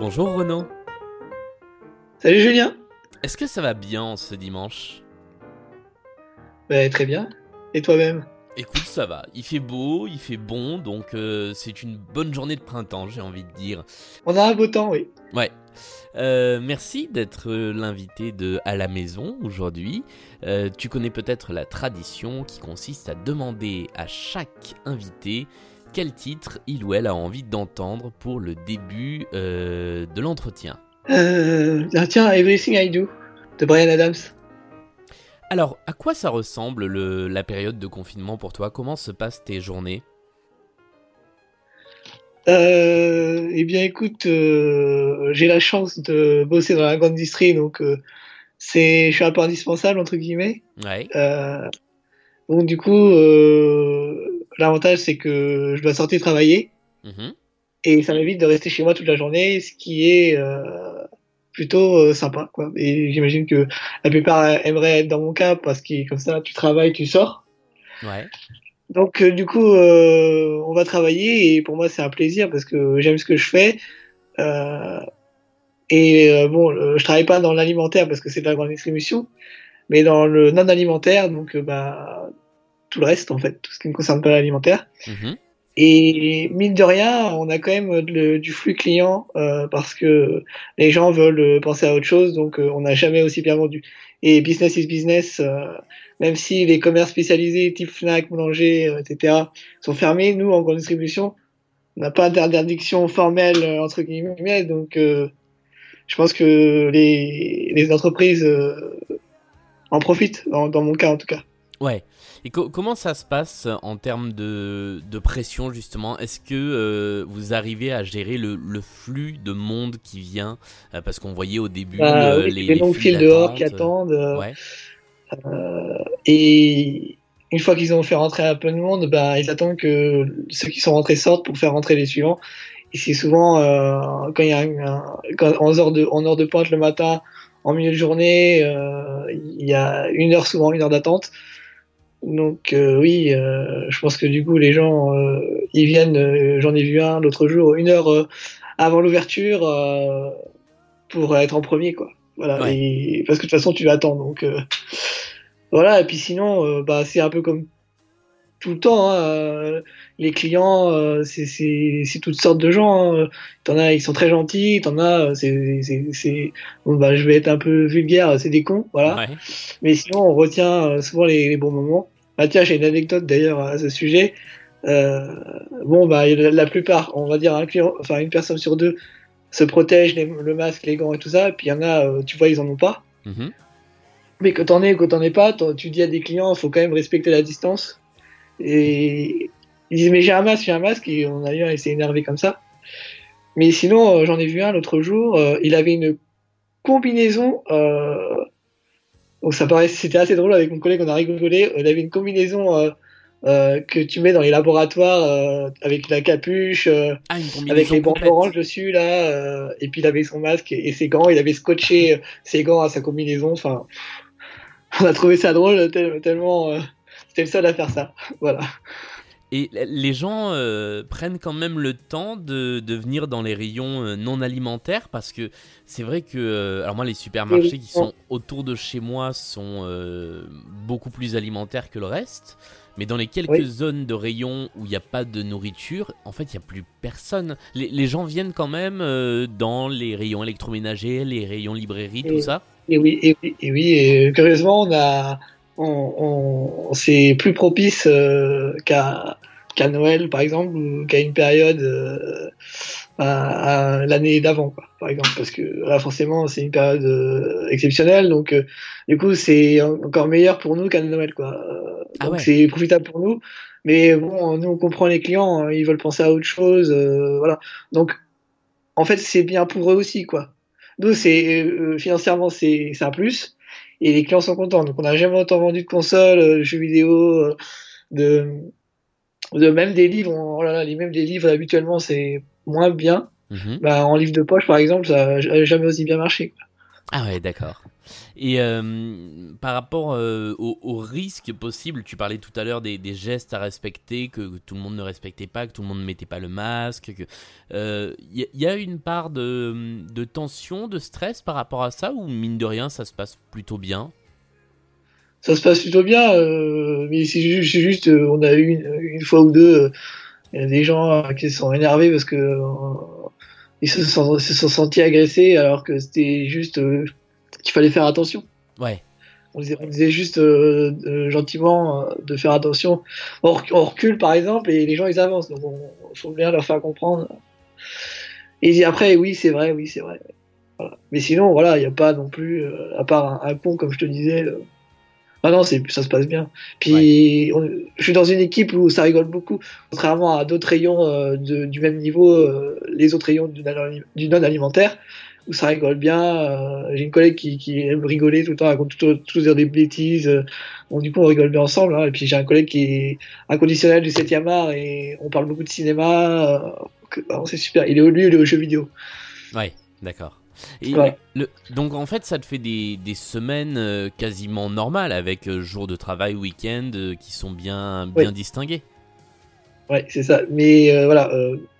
Bonjour Renaud. Salut Julien. Est-ce que ça va bien ce dimanche? Très bien. Et toi-même? Écoute, ça va. Il fait beau, il fait bon, donc c'est une bonne journée de printemps, j'ai envie de dire. On a un beau temps, oui. Ouais. Merci d'être l'invité de À la maison aujourd'hui. Tu connais peut-être la tradition qui consiste à demander à chaque invité quel titre il ou elle a envie d'entendre pour le début de l'entretien. Tiens, Everything I Do, de Bryan Adams. Alors, à quoi ça ressemble la période de confinement pour toi? Comment se passent tes journées? Écoute, j'ai la chance de bosser dans la grande distrie, donc je suis un peu indispensable, entre guillemets. Ouais. Euh, donc du coup, l'avantage, c'est que je dois sortir travailler, Mhm. et ça m'évite de rester chez moi toute la journée, ce qui est plutôt sympa, quoi. Et j'imagine que la plupart aimeraient être dans mon cas, parce que comme ça, tu travailles, tu sors. Ouais. Donc du coup, on va travailler et pour moi c'est un plaisir parce que j'aime ce que je fais. Euh, je travaille pas dans l'alimentaire parce que c'est de la grande distribution, mais dans le non alimentaire, donc tout le reste en fait, tout ce qui ne concerne pas l'alimentaire. Mhm. Et mine de rien, on a quand même du flux client parce que les gens veulent penser à autre chose, donc on n'a jamais aussi bien vendu. Et business is business, même si les commerces spécialisés type Fnac, Boulanger, etc. sont fermés, nous en grande distribution, on n'a pas d'interdiction formelle entre guillemets, donc je pense que les entreprises en profitent, dans mon cas en tout cas. Ouais. Et comment ça se passe en termes de pression justement? Est-ce que vous arrivez à gérer le flux de monde qui vient? Parce qu'on voyait au début Oui, les les longues files files dehors qui d'attente. attendent. Ouais. Et une fois qu'ils ont fait rentrer un peu de monde, ils attendent que ceux qui sont rentrés sortent pour faire rentrer les suivants. Et c'est souvent quand il y a en heure de pointe le matin, en milieu de journée, il y a souvent une heure d'attente. Donc oui, je pense que du coup les gens ils viennent. J'en ai vu un l'autre jour, une heure avant l'ouverture pour être en premier, quoi. Voilà. Ouais. Et parce que de toute façon tu attends, donc voilà. Et puis sinon, c'est un peu comme tout le temps, hein, les clients, c'est toutes sortes de gens, hein. T'en as, ils sont très gentils. T'en as, bon, je vais être un peu vulgaire, c'est des cons, voilà. Ouais. Mais sinon, on retient souvent les bons moments. Tiens, j'ai une anecdote d'ailleurs à ce sujet. Euh, la plupart, on va dire un client, enfin une personne sur deux se protège le masque, les gants et tout ça. Et puis il y en a, tu vois, ils en ont pas. Mhm. Mais que t'en aies ou que t'en aies pas, tu dis à des clients, il faut quand même respecter la distance. Et ils disent, mais j'ai un masque, et on a eu un, il s'est énervé comme ça. Mais sinon, j'en ai vu un l'autre jour, il avait une combinaison, donc c'était assez drôle avec mon collègue, on a rigolé, il avait une combinaison que tu mets dans les laboratoires avec la capuche, Ah, une avec combinaison les bandes oranges complète. dessus là, et puis il avait son masque et ses gants, il avait scotché ses gants à sa combinaison. Enfin, on a trouvé ça drôle tellement c'était le seul à faire ça. Voilà. Et les gens prennent quand même le temps de venir dans les rayons non alimentaires parce que c'est vrai que alors moi les Et, supermarchés qui sont autour de chez moi sont beaucoup plus alimentaires que le reste, mais dans les quelques oui. zones de rayons où il n'y a pas de nourriture, en fait il n'y a plus personne. Les gens viennent quand même dans les rayons électroménagers, les rayons librairie, tout Et, ça. et curieusement, c'est plus propice qu'à Noël, par exemple, ou qu'à une période à l'année d'avant, quoi, par exemple, parce que là, forcément, c'est une période exceptionnelle, donc du coup, c'est encore meilleur pour nous qu'à Noël, quoi. Ah Donc ouais, c'est profitable pour nous, mais bon, nous, on comprend les clients, hein, ils veulent penser à autre chose, voilà. Donc, en fait, c'est bien pour eux aussi, quoi. Nous, financièrement, c'est un plus, et les clients sont contents. Donc, on n'a jamais autant vendu de consoles, de jeux vidéo, de, de même des livres. Oh là là, même des livres habituellement, c'est moins bien. mhm. En livre de poche, par exemple, ça n'a jamais aussi bien marché, quoi. Ah ouais, d'accord. Et par rapport au risque possible, tu parlais tout à l'heure des gestes à respecter, que tout le monde ne respectait pas, que tout le monde ne mettait pas le masque. Y a une part de tension, de stress par rapport à ça, ou mine de rien, ça se passe plutôt bien? Ça se passe plutôt bien, mais c'est juste, on a eu une fois ou deux, il y a des gens qui se sont énervés parce que se sont sentis agressés alors que c'était juste qu'il fallait faire attention. Ouais, On disait juste gentiment de faire attention. On recule par exemple et les gens ils avancent, donc on faut bien leur faire comprendre. Et après, oui, c'est vrai, oui, c'est vrai. Voilà. Mais sinon, voilà, il n'y a pas non plus, à part un pont, comme je te disais. Ah non, ça se passe bien. ouais. Puis, je suis dans une équipe où ça rigole beaucoup, contrairement à d'autres rayons du même niveau, les autres rayons du non-alimentaire, où ça rigole bien. J'ai une collègue qui aime rigoler tout le temps, raconte tout dire des bêtises. Bon, du coup, on rigole bien ensemble. Hein. Et puis, j'ai un collègue qui est inconditionnel du 7e art et on parle beaucoup de cinéma. C'est super. Lui, il est aux jeux vidéo. Ouais, d'accord. Et Voilà. donc en fait, ça te fait des semaines quasiment normales avec jours de travail, week-end qui sont bien Oui, distingués. ouais, c'est ça. Mais voilà,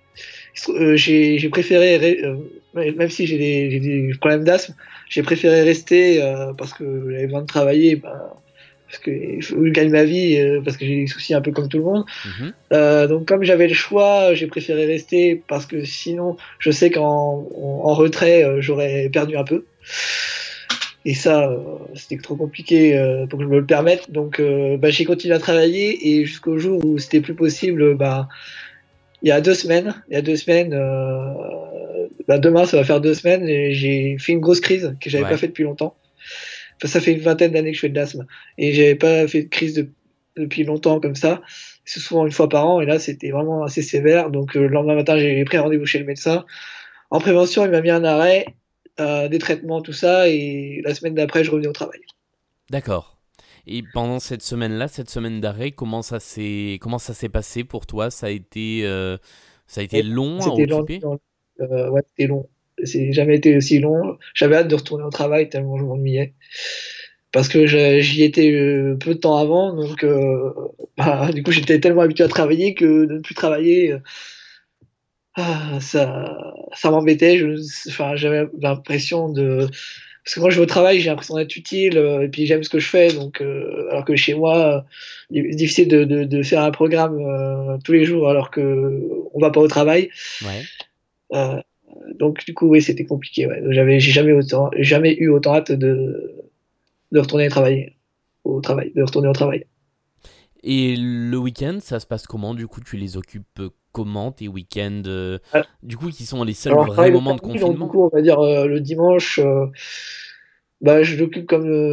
j'ai préféré, même si j'ai des problèmes d'asthme, j'ai préféré rester parce que j'avais besoin de travailler, bah, parce que je gagne ma vie, parce que j'ai des soucis un peu comme tout le monde. Mhm. Donc comme j'avais le choix, j'ai préféré rester parce que sinon, je sais en retrait, j'aurais perdu un peu. Et ça, c'était trop compliqué pour que je me le permette. Donc bah, j'ai continué à travailler et jusqu'au jour où c'était plus possible, bah, il y a 2 semaines, bah demain ça va faire 2 semaines et j'ai fait une grosse crise que j'avais pas Ouais. fait depuis longtemps. Enfin, ça fait une vingtaine d'années que je fais de l'asthme et j'avais pas fait de crise depuis longtemps comme ça. C'est souvent une fois par an et là c'était vraiment assez sévère. Donc le lendemain matin j'ai pris un rendez-vous chez le médecin. En prévention il m'a mis un arrêt, des traitements, tout ça et la semaine d'après je revenais au travail. D'accord. Et pendant cette semaine-là, cette semaine d'arrêt, comment ça s'est passé pour toi? Ça a été Et long à c'était long, occuper? ouais, c'était long. C'est jamais été aussi long. J'avais hâte de retourner au travail tellement je m'ennuyais. Parce que j'y étais peu de temps avant, donc bah, du coup j'étais tellement habitué à travailler que de ne plus travailler, ça m'embêtait. Enfin, j'avais l'impression de, parce que moi je vais au travail, j'ai l'impression d'être utile et puis j'aime ce que je fais, donc alors que chez moi, il est difficile de faire un programme tous les jours alors que on va pas au travail. Ouais. Euh, donc du coup oui c'était compliqué. Ouais. J'ai jamais eu autant hâte de retourner travailler de retourner au travail. Et le week-end, ça se passe comment? Du coup, tu les occupes comment tes week-ends du coup, qui sont les seuls Alors, je vrais travaille le moments de samedi, donc du confinement? coup, on va dire le dimanche, bah, je l'occupe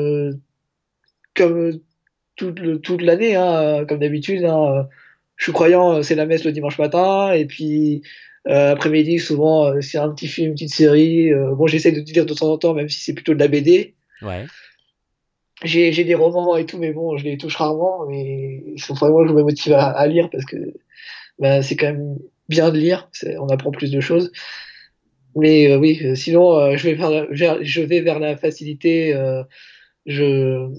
comme toute l'année, hein, comme d'habitude. Hein. Je suis croyant, c'est la messe le dimanche matin, et puis après-midi, souvent, c'est un petit film, une petite série. Bon, j'essaie de lire de temps en temps, même si c'est plutôt de la BD. Ouais. J'ai des romans et tout, mais bon, je les touche rarement. Mais il faut vraiment que je me motive à lire parce que bah, c'est quand même bien de lire. On apprend plus de choses. Mais oui, sinon, je vais vers la facilité. Je,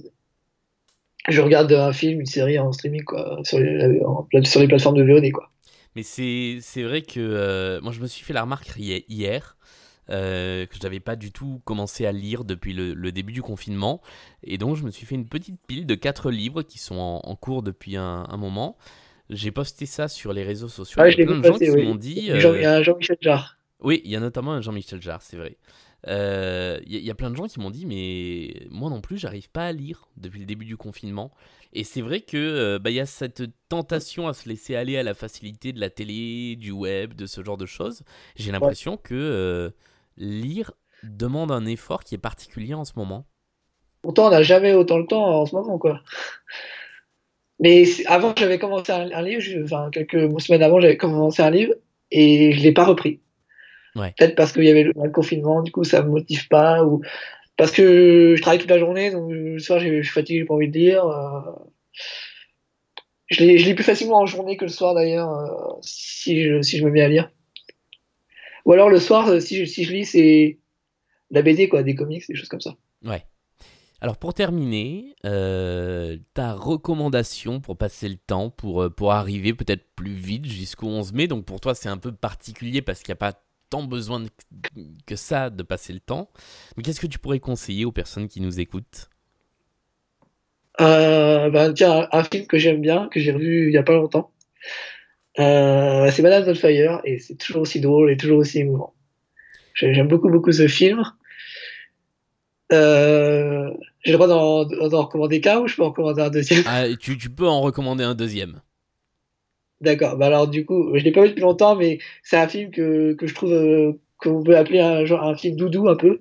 je regarde un film, une série en streaming, quoi, sur les plateformes de VOD, quoi. Mais c'est vrai que moi, je me suis fait la remarque hier. Que je n'avais pas du tout commencé à lire depuis le début du confinement. Et donc, je me suis fait une petite pile de 4 livres qui sont en cours depuis un moment. J'ai posté ça sur les réseaux sociaux. Il Ah, y a je l'ai plein vu de gens passer, qui m'ont oui. dit. Il y a un Jean-Michel Jarre. Oui, il y a notamment un Jean-Michel Jarre, c'est vrai. Il y a plein de gens qui m'ont dit, mais moi non plus, j'arrive pas à lire depuis le début du confinement. Et c'est vrai que bah, il y a cette tentation à se laisser aller à la facilité de la télé, du web, de ce genre de choses. J'ai Ouais. l'impression que lire demande un effort qui est particulier en ce moment. Pourtant, on n'a jamais autant le temps en ce moment, quoi. Mais avant, j'avais commencé un livre, enfin, quelques semaines avant, j'avais commencé un livre et je l'ai pas repris. Ouais. Peut-être parce qu'il y avait le confinement, du coup, ça me motive pas, ou parce que je travaille toute la journée, donc le soir, je suis fatigué, j'ai pas envie de lire. Je lis plus facilement en journée que le soir d'ailleurs, si je me mets à lire. Ou alors le soir, si je lis, c'est de la BD, quoi, des comics, des choses comme ça. Ouais. Alors pour terminer, ta recommandation pour passer le temps, pour arriver peut-être plus vite jusqu'au 11 mai, donc pour toi c'est un peu particulier parce qu'il n'y a pas tant besoin que ça de passer le temps. Mais qu'est-ce que tu pourrais conseiller aux personnes qui nous écoutent? Tiens, un film que j'aime bien, que j'ai revu il y a pas longtemps, c'est Madame Doubtfire, et c'est toujours aussi drôle et toujours aussi émouvant. J'aime beaucoup, beaucoup ce film. J'ai le droit d'en recommander qu'un ou je peux en recommander un deuxième? Ah, tu peux en recommander un deuxième. D'accord. Bah alors du coup, je l'ai pas vu depuis longtemps, mais c'est un film que je trouve qu'on peut appeler un genre un film doudou un peu,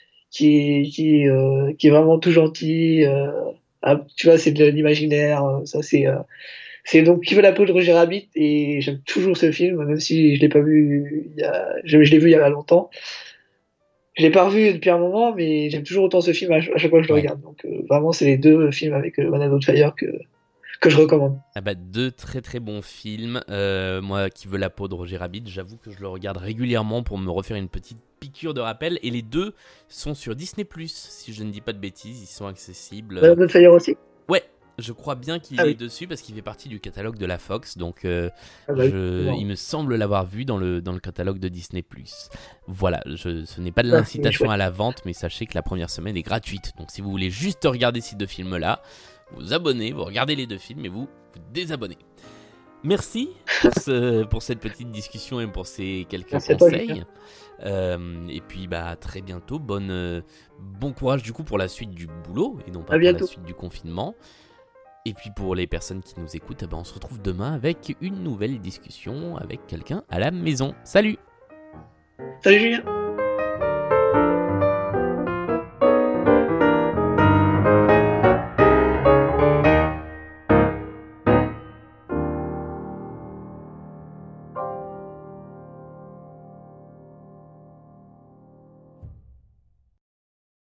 qui est vraiment tout gentil. Tu vois, c'est de l'imaginaire. Ça c'est donc Qui veut la peau de Roger Rabbit, et j'aime toujours ce film, même si je l'ai pas vu. Je l'ai vu il y a longtemps. Je l'ai pas revu depuis un moment, mais j'aime toujours autant ce film à chaque fois que je le Ouais. regarde. Donc vraiment, c'est les deux films avec Madame Doubtfire que je recommande. Ah bah, deux très très bons films. Moi qui veux la peau de Roger Rabbit, j'avoue que je le regarde régulièrement pour me refaire une petite piqûre de rappel. Et les deux sont sur Disney+, si je ne dis pas de bêtises, ils sont accessibles. Madame Doubtfire aussi? Ouais, je crois bien qu'il Ah est oui. dessus parce qu'il fait partie du catalogue de la Fox. Donc Ah bah oui, c'est il marrant. me semble l'avoir vu dans le catalogue de Disney+. Voilà, ce n'est pas de Ah, il est l'incitation chouette. à la vente, mais sachez que la première semaine est gratuite. Donc si vous voulez juste regarder ces deux films-là, vous abonnez, vous regardez les deux films et vous désabonnez. Merci pour cette petite discussion et pour ces quelques Merci à toi, Julien. conseils. Et puis bah à très bientôt. Bon courage du coup pour la suite du boulot et non pas À pour la bientôt. suite du confinement. Et puis pour les personnes qui nous écoutent, on se retrouve demain avec une nouvelle discussion avec quelqu'un à la maison. Salut! Salut, Julien.